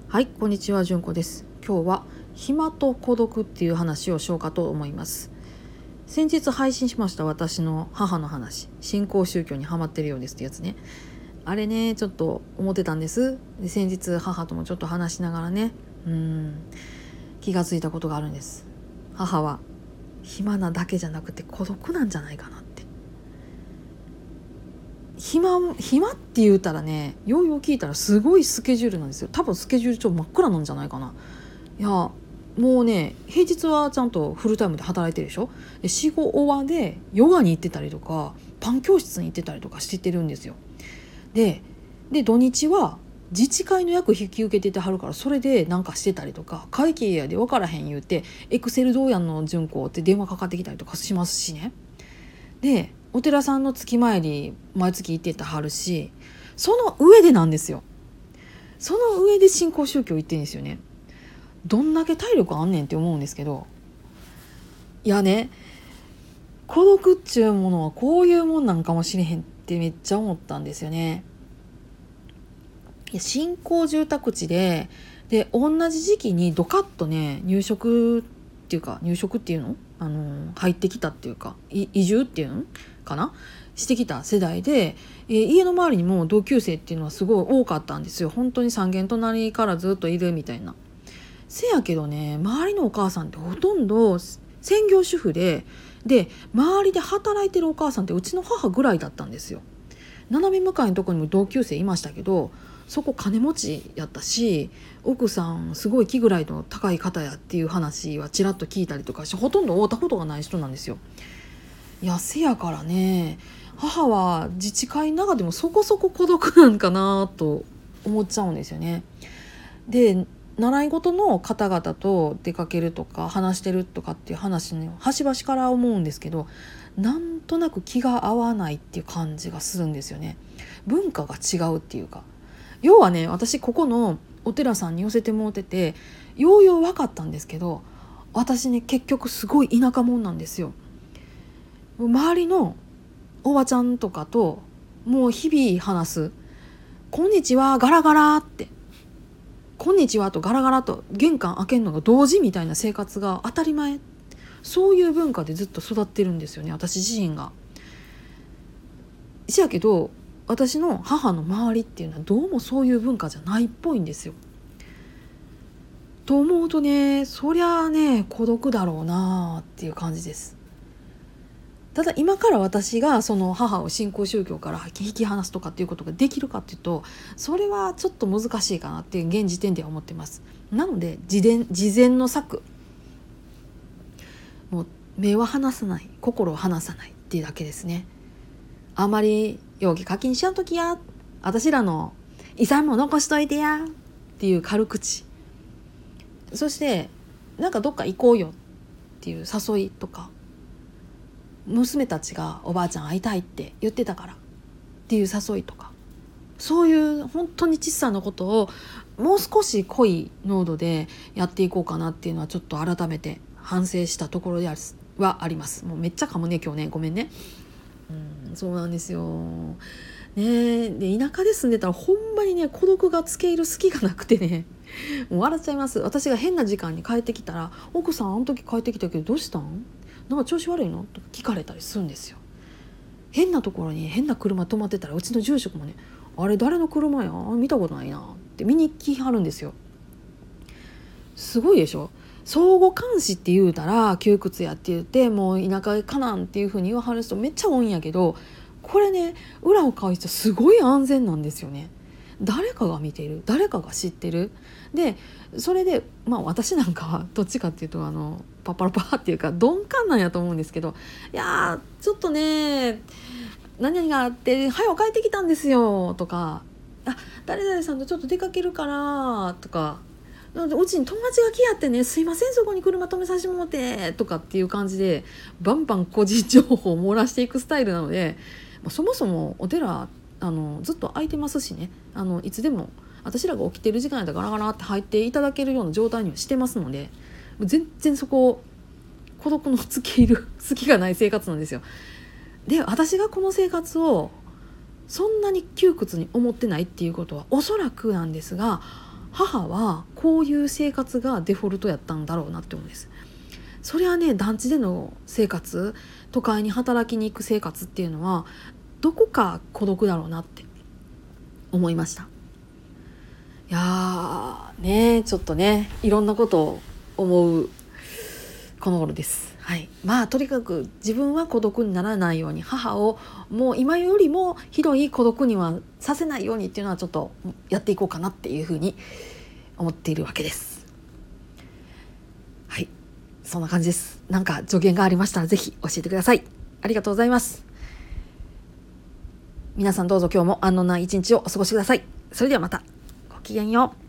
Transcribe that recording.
はい、こんにちは、じゅんこです。今日は暇と孤独っていう話をしようかと思います。先日配信しました私の母の話、新興宗教にハマってるようですってやつね。あれね、ちょっと思ってたんです。で、先日母ともちょっと話しながらね、気がついたことがあるんです。母は暇なだけじゃなくて孤独なんじゃないかなって。暇って言うたらね、ようよう聞いたらすごいスケジュールなんですよ。多分スケジュール帳真っ暗なんじゃないかな。いや、もうね、平日はちゃんとフルタイムで働いてるでしょ。で、仕事終わでヨガに行ってたりとかパン教室に行ってたりとかしてるんですよ。で土日は自治会の役引き受けててはるから、それでなんかしてたりとか、会計やで分からへん言うてエクセルどうやんの順子って電話かかってきたりとかしますしね。で、お寺さんの月参り毎月行ってたはるし、その上でなんですよ。その上で新興宗教行ってるんですよね。どんだけ体力あんねんって思うんですけど、いやね、孤独っちゅうものはこういうもんなんかもしれへんってめっちゃ思ったんですよね。いや、新興住宅地で同じ時期にドカッとね、入植っていうの、入ってきたっていうか、移住っていうのかな、してきた世代で、家の周りにも同級生っていうのはすごい多かったんですよ。本当に三軒隣からずっといるみたいな。せやけどね、周りのお母さんってほとんど専業主婦で周りで働いてるお母さんってうちの母ぐらいだったんですよ。斜め向かいのとこにも同級生いましたけど、そこ金持ちやったし、奥さんすごい気ぐらいの高い方やっていう話はちらっと聞いたりとかして、ほとんど会ったことがない人なんですよ。いや、せやからね、母は自治会の中でもそこそこ孤独なんかなと思っちゃうんですよね。で、習い事の方々と出かけるとか話してるとかっていう話の端々から思うんですけど、なんとなく気が合わないっていう感じがするんですよね。文化が違うっていうか、要はね、私ここのお寺さんに寄せてもらってて、ようよう分かったんですけど、私ね、結局すごい田舎者なんですよ。周りのおばちゃんとかともう日々話す、こんにちはガラガラって、こんにちはとガラガラと玄関開けるのが同時みたいな生活が当たり前、そういう文化でずっと育ってるんですよね、私自身が。しやけど私の母の周りっていうのはどうもそういう文化じゃないっぽいんですよ。と思うとね、そりゃあね、孤独だろうなっていう感じです。ただ今から私がその母を新興宗教から引き離すとかっていうことができるかっていうと、それはちょっと難しいかなっていう現時点では思ってます。なので事前の策、もう目は離さない、心を離さないっていうだけですね。あまり容疑課金しやんときや、私らの遺産も残しといてやっていう軽口、そしてなんかどっか行こうよっていう誘いとか、娘たちがおばあちゃん会いたいって言ってたからっていう誘いとか、そういう本当に小さなことをもう少し濃い濃度でやっていこうかなっていうのはちょっと改めて反省したところではあります。もうめっちゃかもね今日ね、ごめんね。そうなんですよね。で、田舎で住んでたらほんまにね、孤独がつけ入る隙がなくてね、もう笑っちゃいます。私が変な時間に帰ってきたら、奥さんあの時帰ってきたけどどうしたん、なんか調子悪いのとか聞かれたりするんですよ。変なところに変な車止まってたら、うちの住職もね、あれ誰の車や、見たことないなって見に来はるんですよ。すごいでしょ。相互監視って言うたら窮屈やって言って、もう田舎かなんっていう風に言わはる人めっちゃ多いんやけど、これね、裏を返すとすごい安全なんですよね。誰かが見ている、誰かが知ってる。でそれで私なんかはどっちかっていうとパッパラパーっていうか鈍感なんやと思うんですけど、いやちょっとね、何々があって早く帰ってきたんですよとか、誰々さんとちょっと出かけるからとか、うちに友達が来やってね、すいませんそこに車止めさせてもらってとかっていう感じでバンバン個人情報を漏らしていくスタイルなので、そもそもお寺ずっと空いてますしね、いつでも私らが起きてる時間やったらガラガラって入っていただけるような状態にはしてますので、全然そこ孤独のつけ入る隙がない生活なんですよ。で、私がこの生活をそんなに窮屈に思ってないっていうことは、おそらくなんですが、 母はこういう生活がデフォルトやったんだろうなって思うんです。それはね、団地での生活、都会に働きに行く生活っていうのはどこか孤独だろうなって思いました。いやーね、ちょっとね、いろんなことを思うこの頃です。はい、まあとにかく自分は孤独にならないように、母をもう今よりもひどい孤独にはさせないようにっていうのはちょっとやっていこうかなっていうふうに思っているわけです。はい、そんな感じです。なんか助言がありましたらぜひ教えてください。ありがとうございます。皆さんどうぞ今日も安穏な一日をお過ごしください。それではまた。ごきげんよう。